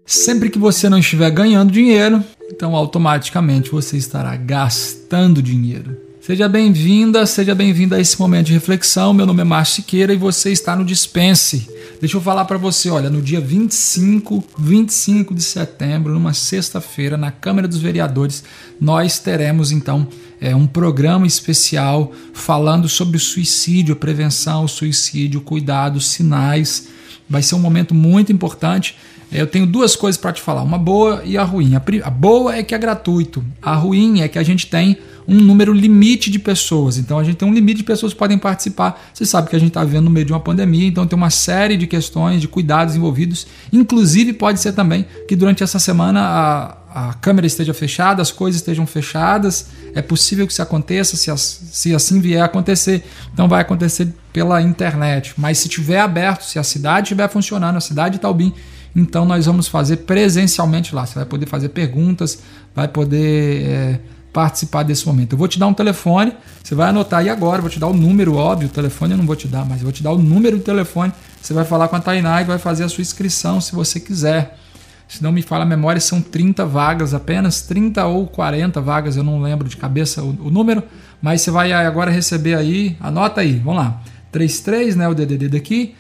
Sempre que você não estiver ganhando dinheiro, então automaticamente você estará gastando dinheiro. Seja bem-vinda, seja bem-vindo a esse momento de reflexão. Meu nome é Márcio Siqueira e você está no Dispense. Deixa eu falar para você, olha, no dia 25 de setembro, numa sexta-feira, na Câmara dos Vereadores, nós teremos então um programa especial falando sobre o suicídio, prevenção ao suicídio, cuidados, sinais. Vai ser um momento muito importante. Eu tenho duas coisas para te falar, uma boa e a ruim. A boa é que é gratuito, a ruim é que a gente tem um número limite de pessoas. Então a gente tem um limite de pessoas que podem participar. Você sabe que a gente está vivendo no meio de uma pandemia, então tem uma série de questões, de cuidados envolvidos. Inclusive pode ser também que durante essa semana a câmera esteja fechada, as coisas estejam fechadas. É possível que isso aconteça, se assim vier a acontecer. Então vai acontecer pela internet. Mas se tiver aberto, se a cidade estiver funcionando, a cidade de Itaubim, então nós vamos fazer presencialmente lá. Você vai poder fazer perguntas, vai poder participar desse momento. Eu vou te dar um telefone, você vai anotar aí agora, vou te dar o número, óbvio, o telefone eu não vou te dar, mas eu vou te dar o número do telefone, você vai falar com a Tainá e vai fazer a sua inscrição se você quiser. Se não me falha a memória, são 30 vagas apenas, 30 ou 40 vagas, eu não lembro de cabeça o número, mas você vai agora receber aí, anota aí, vamos lá, 33, né, o DDD daqui,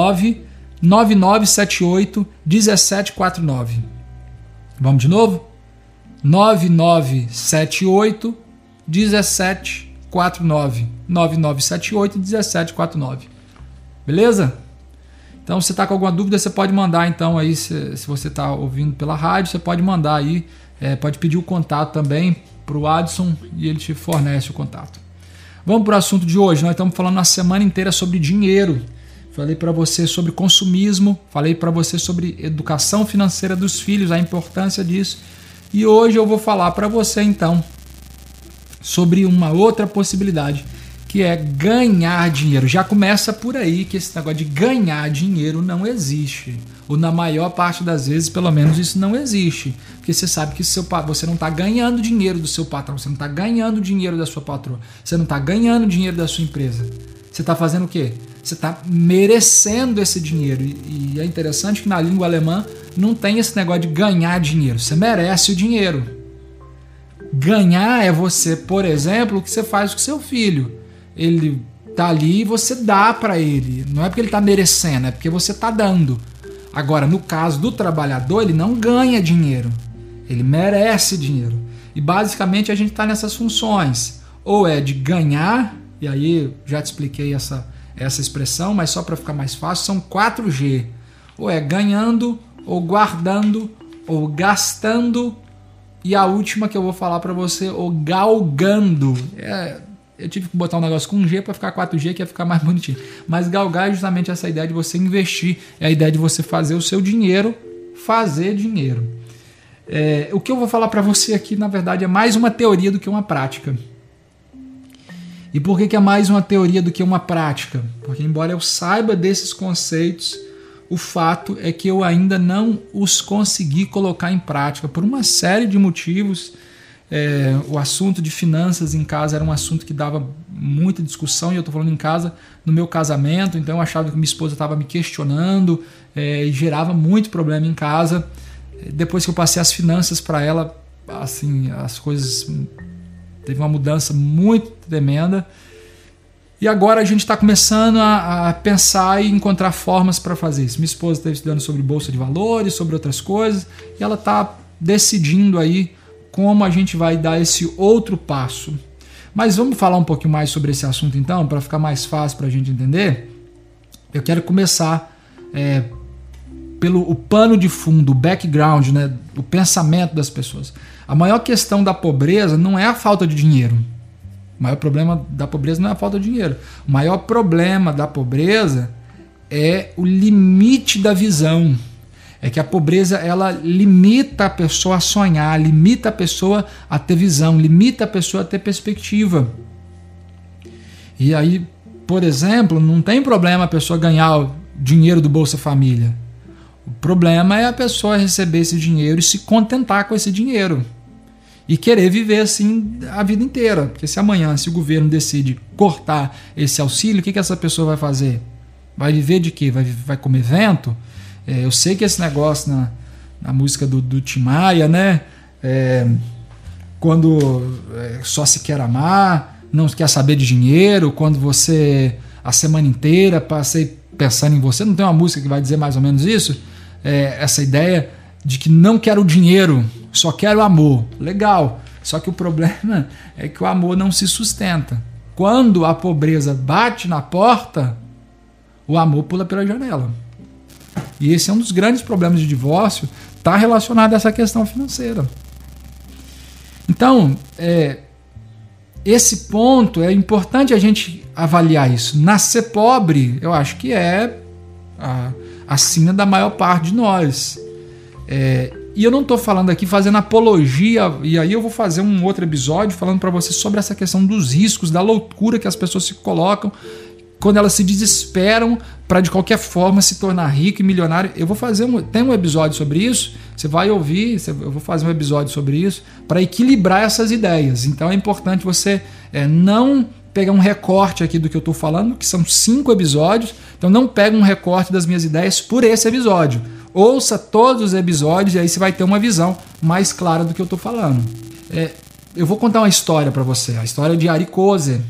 9978 1749. Vamos de novo? 9978 1749. 9978 1749. Beleza? Então, se você está com alguma dúvida, você pode mandar então aí, se você está ouvindo pela rádio, você pode mandar aí, pode pedir o contato também para o Adson e ele te fornece o contato. Vamos para o assunto de hoje. Nós estamos falando a semana inteira sobre dinheiro. Falei para você sobre consumismo, falei para você sobre educação financeira dos filhos, a importância disso. E hoje eu vou falar para você então sobre uma outra possibilidade, que é ganhar dinheiro. Já começa por aí que esse negócio de ganhar dinheiro não existe. Ou na maior parte das vezes, pelo menos, isso não existe. Porque você sabe que você não está ganhando dinheiro do seu patrão, você não está ganhando dinheiro da sua patroa, você não está ganhando dinheiro da sua empresa. Você está fazendo o quê? Você está merecendo esse dinheiro. E é interessante que na língua alemã não tem esse negócio de ganhar dinheiro. Você merece o dinheiro. Ganhar é você, por exemplo, o que você faz com seu filho. Ele está ali e você dá para ele. Não é porque ele está merecendo, é porque você está dando. Agora, no caso do trabalhador, ele não ganha dinheiro. Ele merece dinheiro. E basicamente a gente está nessas funções. Ou é de ganhar, e aí já te expliquei essa expressão, mas só para ficar mais fácil, são 4G. Ou é ganhando, ou guardando, ou gastando, e a última que eu vou falar para você, ou galgando. Eu tive que botar um negócio com G para ficar 4G, que ia ficar mais bonitinho. Mas galgar é justamente essa ideia de você investir, é a ideia de você fazer o seu dinheiro, fazer dinheiro. O que eu vou falar para você aqui, na verdade, é mais uma teoria do que uma prática. E por que é mais uma teoria do que uma prática? Porque embora eu saiba desses conceitos, o fato é que eu ainda não os consegui colocar em prática por uma série de motivos. O assunto de finanças em casa era um assunto que dava muita discussão, e eu estou falando em casa, no meu casamento, então eu achava que minha esposa estava me questionando e gerava muito problema em casa. Depois que eu passei as finanças para ela, assim, as coisas... Teve uma mudança muito tremenda. E agora a gente está começando a pensar e encontrar formas para fazer isso. Minha esposa esteve estudando sobre bolsa de valores, sobre outras coisas, e ela está decidindo aí como a gente vai dar esse outro passo. Mas vamos falar um pouquinho mais sobre esse assunto então, para ficar mais fácil para a gente entender. Eu quero começar pelo pano de fundo, o background, né, o pensamento das pessoas. A maior questão da pobreza não é a falta de dinheiro. O maior problema da pobreza não é a falta de dinheiro. O maior problema da pobreza é o limite da visão. É que a pobreza, ela limita a pessoa a sonhar, limita a pessoa a ter visão, limita a pessoa a ter perspectiva. E aí, por exemplo, não tem problema a pessoa ganhar o dinheiro do Bolsa Família. O problema é a pessoa receber esse dinheiro e se contentar com esse dinheiro. E querer viver assim a vida inteira. Porque se amanhã, se o governo decide cortar esse auxílio, o que essa pessoa vai fazer? Vai viver de quê? Vai comer vento? Eu sei que esse negócio na música do Tim Maia, né? Quando só se quer amar, não quer saber de dinheiro, quando você a semana inteira passei pensando em você. Não tem uma música que vai dizer mais ou menos isso? Essa ideia de que não quero dinheiro, só quero amor. Legal, só que o problema é que o amor não se sustenta. Quando a pobreza bate na porta, o amor pula pela janela. E esse é um dos grandes problemas de divórcio, está relacionado a essa questão financeira. Então, esse ponto é importante a gente avaliar isso. Nascer pobre, eu acho que é a sina da maior parte de nós. E eu não estou falando aqui fazendo apologia, e aí eu vou fazer um outro episódio falando para você sobre essa questão dos riscos, da loucura que as pessoas se colocam quando elas se desesperam para de qualquer forma se tornar rico e milionário. Eu vou fazer tem um episódio sobre isso, você vai ouvir, eu vou fazer um episódio sobre isso para equilibrar essas ideias. Então é importante você não pegar um recorte aqui do que eu estou falando, que são 5 episódios, então não pega um recorte das minhas ideias por esse episódio. Ouça todos os episódios e aí você vai ter uma visão mais clara do que eu estou falando. Eu vou contar uma história para você, a história de Ari Kozer.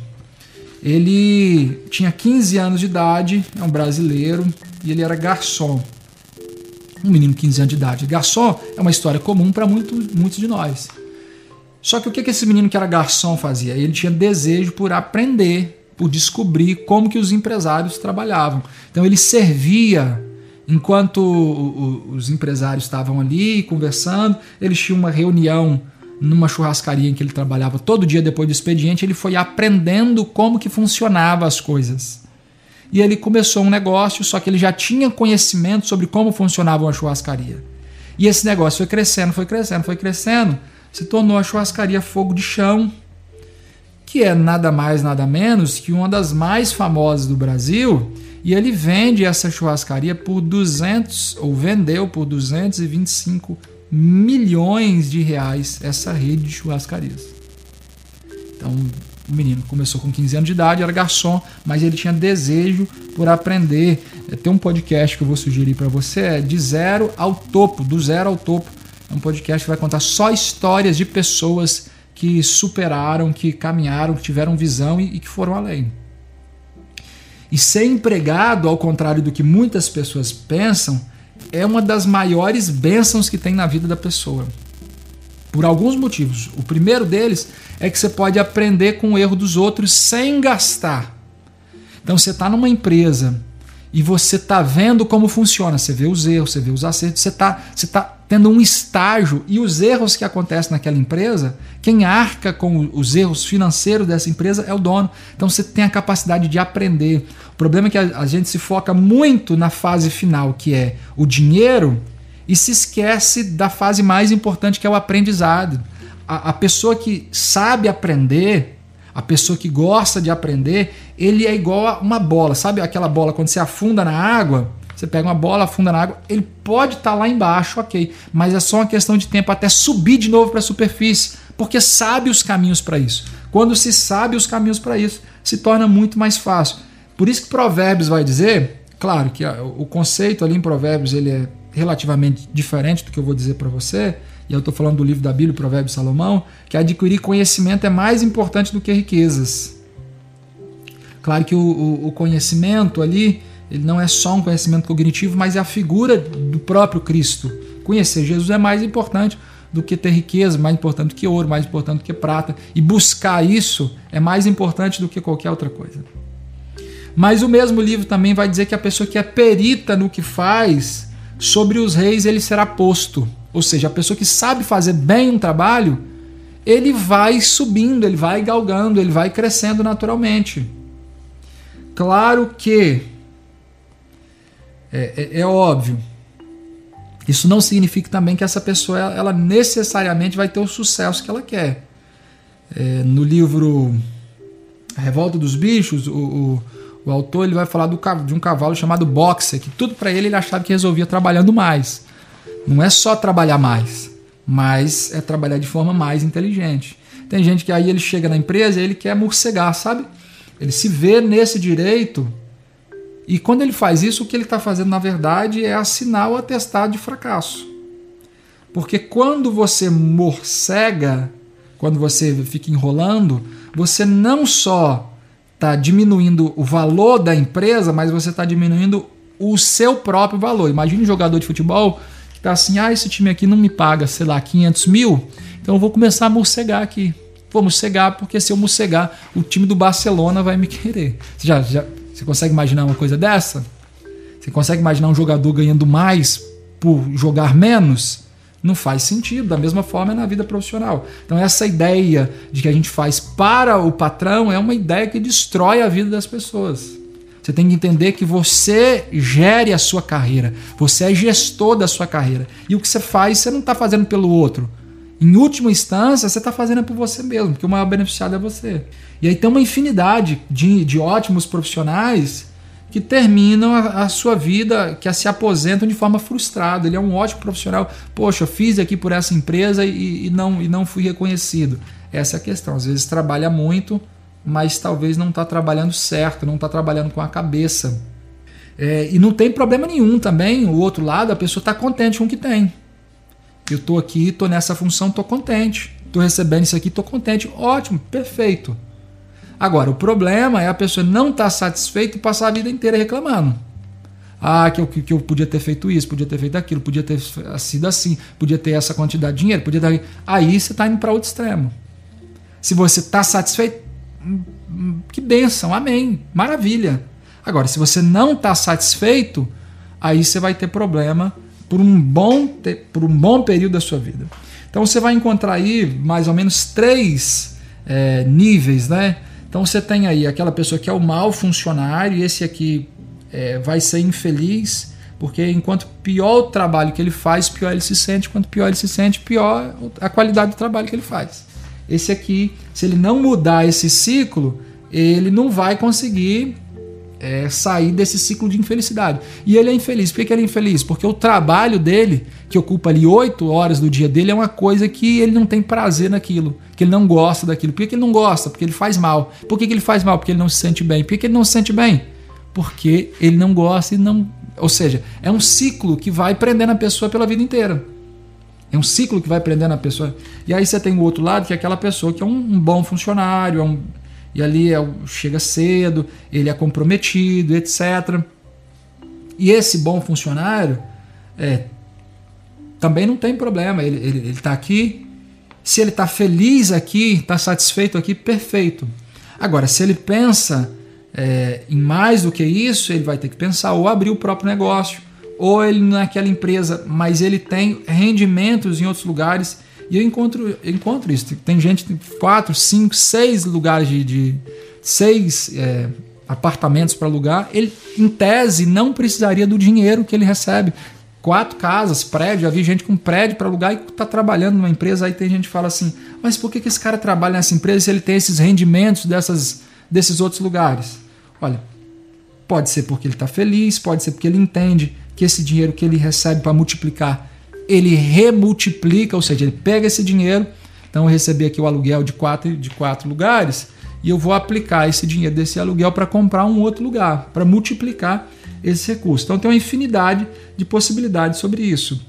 Ele tinha 15 anos de idade, é um brasileiro, e ele era garçom. Um menino de 15 anos de idade. Garçom é uma história comum para muitos de nós. Só que o que esse menino que era garçom fazia? Ele tinha desejo por aprender, por descobrir como que os empresários trabalhavam. Então ele servia, enquanto os empresários estavam ali conversando, eles tinham uma reunião numa churrascaria em que ele trabalhava todo dia depois do expediente. Ele foi aprendendo como que funcionavam as coisas. E ele começou um negócio, só que ele já tinha conhecimento sobre como funcionava uma churrascaria. E esse negócio foi crescendo, se tornou a churrascaria Fogo de Chão, que é nada mais, nada menos que uma das mais famosas do Brasil, e ele vende essa churrascaria vendeu por 225 milhões de reais essa rede de churrascarias. Então, o menino começou com 15 anos de idade, era garçom, mas ele tinha desejo por aprender. Tem um podcast que eu vou sugerir para você, do Zero ao Topo. É um podcast que vai contar só histórias de pessoas que superaram, que caminharam, que tiveram visão e que foram além. E ser empregado, ao contrário do que muitas pessoas pensam, é uma das maiores bênçãos que tem na vida da pessoa. Por alguns motivos. O primeiro deles é que você pode aprender com o erro dos outros sem gastar. Então você está numa empresa e você está vendo como funciona. Você vê os erros, você vê os acertos, você está tendo um estágio, e os erros que acontecem naquela empresa, quem arca com os erros financeiros dessa empresa é o dono. Então você tem a capacidade de aprender. O problema é que a gente se foca muito na fase final, que é o dinheiro, e se esquece da fase mais importante, que é o aprendizado. A pessoa que sabe aprender, a pessoa que gosta de aprender, ele é igual a uma bola. Sabe aquela bola quando você afunda na água? Você pega uma bola, afunda na água, ele pode estar lá embaixo, ok, mas é só uma questão de tempo até subir de novo para a superfície, porque sabe os caminhos para isso. Quando se sabe os caminhos para isso, se torna muito mais fácil. Por isso que Provérbios vai dizer, claro que o conceito ali em Provérbios ele é relativamente diferente do que eu vou dizer para você, e eu estou falando do livro da Bíblia, Provérbios de Salomão, que adquirir conhecimento é mais importante do que riquezas. Claro que o conhecimento ali, ele não é só um conhecimento cognitivo, mas é a figura do próprio Cristo. Conhecer Jesus é mais importante do que ter riqueza, mais importante do que ouro, mais importante do que prata. E buscar isso é mais importante do que qualquer outra coisa. Mas o mesmo livro também vai dizer que a pessoa que é perita no que faz, sobre os reis ele será posto. Ou seja, a pessoa que sabe fazer bem um trabalho, ele vai subindo, ele vai galgando, ele vai crescendo naturalmente. Claro que é óbvio, isso não significa também que essa pessoa ela necessariamente vai ter o sucesso que ela quer. No livro A Revolta dos Bichos, o autor ele vai falar de um cavalo chamado Boxer, que tudo para ele achava que resolvia trabalhando mais. Não é só trabalhar mais, mas é trabalhar de forma mais inteligente. Tem gente que aí ele chega na empresa e ele quer morcegar, sabe? Ele se vê nesse direito. E quando ele faz isso, o que ele está fazendo, na verdade, é assinar o atestado de fracasso. Porque quando você morcega, quando você fica enrolando, você não só está diminuindo o valor da empresa, mas você está diminuindo o seu próprio valor. Imagine um jogador de futebol que está assim, esse time aqui não me paga, sei lá, 500 mil, então eu vou começar a morcegar aqui. Vou morcegar, porque se eu morcegar, o time do Barcelona vai me querer. Você consegue imaginar uma coisa dessa? Você consegue imaginar um jogador ganhando mais por jogar menos? Não faz sentido. Da mesma forma é na vida profissional. Então essa ideia de que a gente faz para o patrão é uma ideia que destrói a vida das pessoas. Você tem que entender que você gere a sua carreira. Você é gestor da sua carreira. E o que você faz, você não está fazendo pelo outro. Em última instância, você está fazendo por você mesmo, porque o maior beneficiado é você. E aí tem uma infinidade de ótimos profissionais que terminam a sua vida, que se aposentam de forma frustrada. Ele é um ótimo profissional. Poxa, eu fiz aqui por essa empresa e não fui reconhecido. Essa é a questão. Às vezes trabalha muito, mas talvez não está trabalhando certo, não está trabalhando com a cabeça. E não tem problema nenhum também. O outro lado, a pessoa está contente com o que tem. Eu estou aqui, estou nessa função, estou contente. Estou recebendo isso aqui, estou contente. Ótimo, perfeito. Agora, o problema é a pessoa não estar satisfeita e passar a vida inteira reclamando. Que eu podia ter feito isso, podia ter feito aquilo, podia ter sido assim, podia ter essa quantidade de dinheiro, podia ter... Aí você está indo para outro extremo. Se você está satisfeito, que bênção, amém, maravilha. Agora, se você não está satisfeito, aí você vai ter problema por um bom período da sua vida. Então você vai encontrar aí mais ou menos 3 níveis, né? Então você tem aí aquela pessoa que é o mau funcionário, e esse aqui vai ser infeliz, porque enquanto pior o trabalho que ele faz, pior ele se sente, quanto pior ele se sente, pior a qualidade do trabalho que ele faz. Esse aqui, se ele não mudar esse ciclo, ele não vai conseguir sair desse ciclo de infelicidade. E ele é infeliz. Por que ele é infeliz? Porque o trabalho dele, que ocupa ali 8 horas do dia dele, é uma coisa que ele não tem prazer naquilo, que ele não gosta daquilo. Por que ele não gosta? Porque ele faz mal. Por que ele faz mal? Porque ele não se sente bem. Por que ele não se sente bem? Porque ele não gosta e não... Ou seja, é um ciclo que vai prendendo a pessoa pela vida inteira. É um ciclo que vai prendendo a pessoa. E aí você tem o outro lado, que é aquela pessoa que é um bom funcionário, e ali chega cedo, ele é comprometido, etc. E esse bom funcionário também não tem problema. Ele está aqui. Se ele está feliz aqui, está satisfeito aqui, perfeito. Agora, se ele pensa em mais do que isso, ele vai ter que pensar ou abrir o próprio negócio, ou ele naquela empresa, mas ele tem rendimentos em outros lugares. E eu encontro isso. Tem gente que tem 4, 5, 6 lugares de 6 apartamentos para alugar. Ele, em tese, não precisaria do dinheiro que ele recebe. 4 casas, prédio. Já vi gente com prédio para alugar e está trabalhando numa empresa. Aí tem gente que fala assim, mas por que esse cara trabalha nessa empresa se ele tem esses rendimentos desses outros lugares? Olha, pode ser porque ele está feliz, pode ser porque ele entende que esse dinheiro que ele recebe para multiplicar, ele remultiplica, ou seja, ele pega esse dinheiro. Então eu recebi aqui o aluguel de 4 lugares e eu vou aplicar esse dinheiro desse aluguel para comprar um outro lugar, para multiplicar esse recurso. Então tem uma infinidade de possibilidades sobre isso.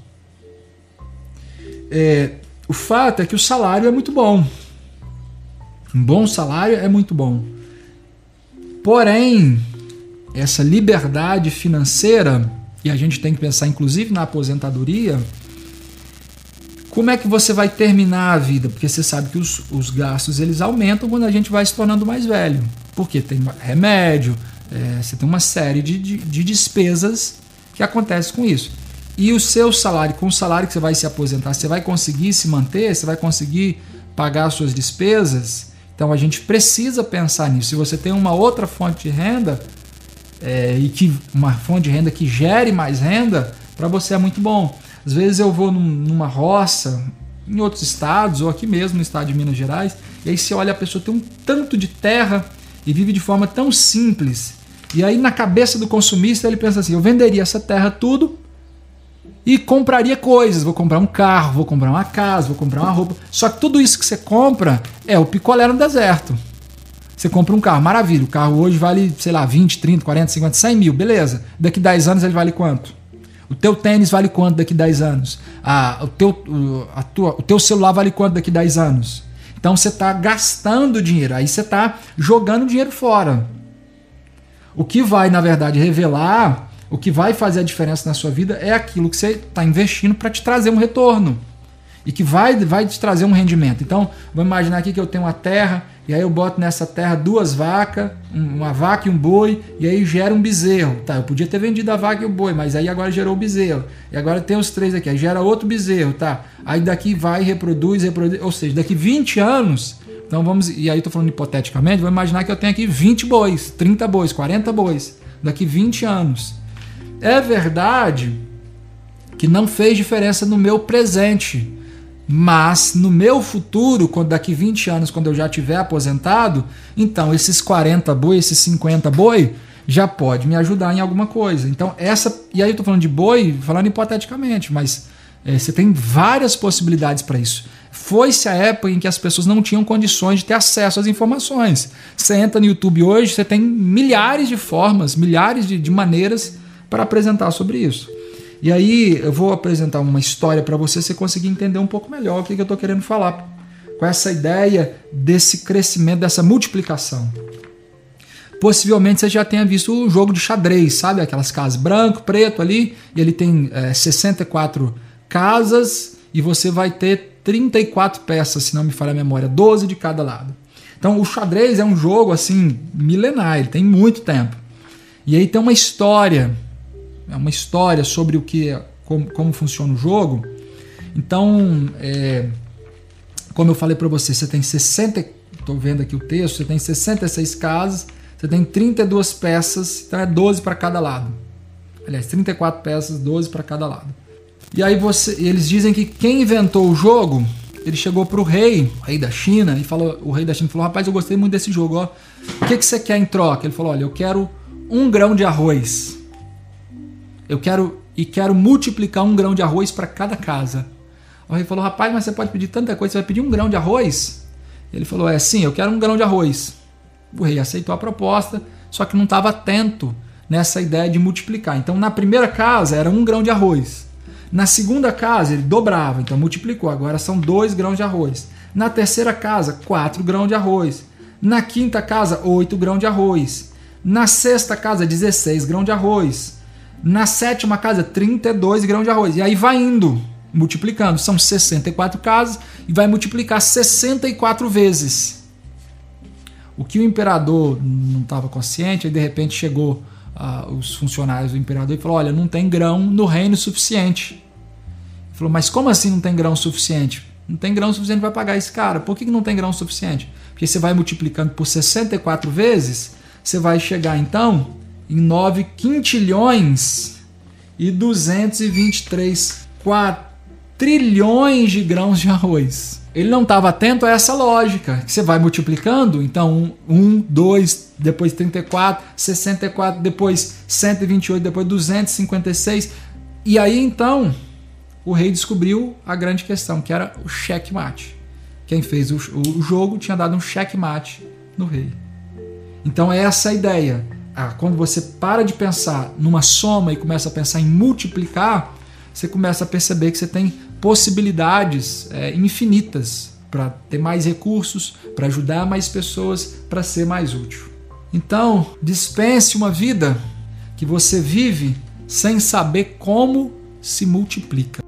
O fato é que o salário é muito bom. Um bom salário é muito bom. Porém, essa liberdade financeira, e a gente tem que pensar inclusive na aposentadoria, como é que você vai terminar a vida? Porque você sabe que os gastos eles aumentam quando a gente vai se tornando mais velho. Porque tem remédio, você tem uma série de despesas que acontecem com isso. E o seu salário, com o salário que você vai se aposentar, você vai conseguir se manter? Você vai conseguir pagar as suas despesas? Então a gente precisa pensar nisso. Se você tem uma outra fonte de renda, uma fonte de renda que gere mais renda, para você é muito bom. Às vezes eu vou numa roça, em outros estados, ou aqui mesmo no estado de Minas Gerais, e aí você olha, a pessoa tem um tanto de terra e vive de forma tão simples. E aí na cabeça do consumista ele pensa assim, eu venderia essa terra tudo e compraria coisas, vou comprar um carro, vou comprar uma casa, vou comprar uma roupa. Só que tudo isso que você compra é o picolé no deserto. Você compra um carro, maravilha, o carro hoje vale, sei lá, 20, 30, 40, 50, 100 mil, beleza. Daqui 10 anos ele vale quanto? O teu tênis vale quanto daqui 10 anos? O teu celular vale quanto daqui 10 anos? Então você está gastando dinheiro, aí você está jogando dinheiro fora. O que vai, na verdade, revelar, o que vai fazer a diferença na sua vida é aquilo que você está investindo para te trazer um retorno. E que vai te trazer um rendimento. Então, vamos imaginar aqui que eu tenho uma terra, e aí eu boto nessa terra 2 vacas, uma vaca e um boi, e aí gera um bezerro. Tá, eu podia ter vendido a vaca e o boi, mas aí agora gerou o bezerro. E agora tem os 3 aqui, aí gera outro bezerro, tá? Aí daqui vai, reproduz, ou seja, daqui 20 anos, então vamos, e aí eu tô falando hipoteticamente, vamos imaginar que eu tenho aqui 20 bois, 30 bois, 40 bois, daqui 20 anos. É verdade que não fez diferença no meu presente, mas no meu futuro, quando daqui 20 anos, quando eu já estiver aposentado, então esses 40 boi, esses 50 boi, já pode me ajudar em alguma coisa. Então e aí eu estou falando de boi, falando hipoteticamente, mas você tem várias possibilidades para isso. Foi-se a época em que as pessoas não tinham condições de ter acesso às informações. Você entra no YouTube hoje, você tem milhares de formas, milhares de maneiras para apresentar sobre isso. E aí eu vou apresentar uma história para você conseguir entender um pouco melhor o que eu estou querendo falar. Com essa ideia desse crescimento, dessa multiplicação. Possivelmente você já tenha visto o jogo de xadrez, sabe? Aquelas casas branco, preto ali, e ele tem 64 casas e você vai ter 34 peças, se não me falha a memória, 12 de cada lado. Então o xadrez é um jogo assim milenar, ele tem muito tempo. E aí tem uma história sobre o que como funciona o jogo. Então, como eu falei para você, você tem 60, estou vendo aqui o texto, você tem 66 casas, você tem 32 peças, então é 12 para cada lado. Aliás, 34 peças, 12 para cada lado. E aí eles dizem que quem inventou o jogo, ele chegou para o rei da China, o rei da China falou: rapaz, eu gostei muito desse jogo, ó. O que você quer em troca? Ele falou: olha, eu quero 1 grão de arroz. Eu quero multiplicar 1 grão de arroz para cada casa. O rei falou: rapaz, mas você pode pedir tanta coisa, você vai pedir 1 grão de arroz? Ele falou: sim, eu quero 1 grão de arroz. O rei aceitou a proposta, só que não estava atento nessa ideia de multiplicar. Então na primeira casa era 1 grão de arroz. Na segunda casa ele dobrava, então multiplicou, agora são 2 grãos de arroz. Na terceira casa, 4 grãos de arroz. Na quinta casa, 8 grãos de arroz. Na sexta casa, 16 grãos de arroz. Na sétima casa, 32 grãos de arroz. E aí vai indo, multiplicando. São 64 casas e vai multiplicar 64 vezes. O que o imperador não estava consciente, aí de repente chegou os funcionários do imperador e falou: olha, não tem grão no reino suficiente. Ele falou: mas como assim não tem grão suficiente? Não tem grão suficiente para pagar esse cara. Por que não tem grão suficiente? Porque você vai multiplicando por 64 vezes, você vai chegar então em 9 quintilhões e 223 quatrilhões de grãos de arroz. Ele não estava atento a essa lógica, que você vai multiplicando, então 1, 2, depois 34, 64, depois 128, depois 256. E aí então o rei descobriu a grande questão, que era o checkmate. Quem fez o jogo tinha dado um checkmate no rei. Então é essa a ideia. Quando você para de pensar numa soma e começa a pensar em multiplicar, você começa a perceber que você tem possibilidades infinitas para ter mais recursos, para ajudar mais pessoas, para ser mais útil. Então, dispense uma vida que você vive sem saber como se multiplica.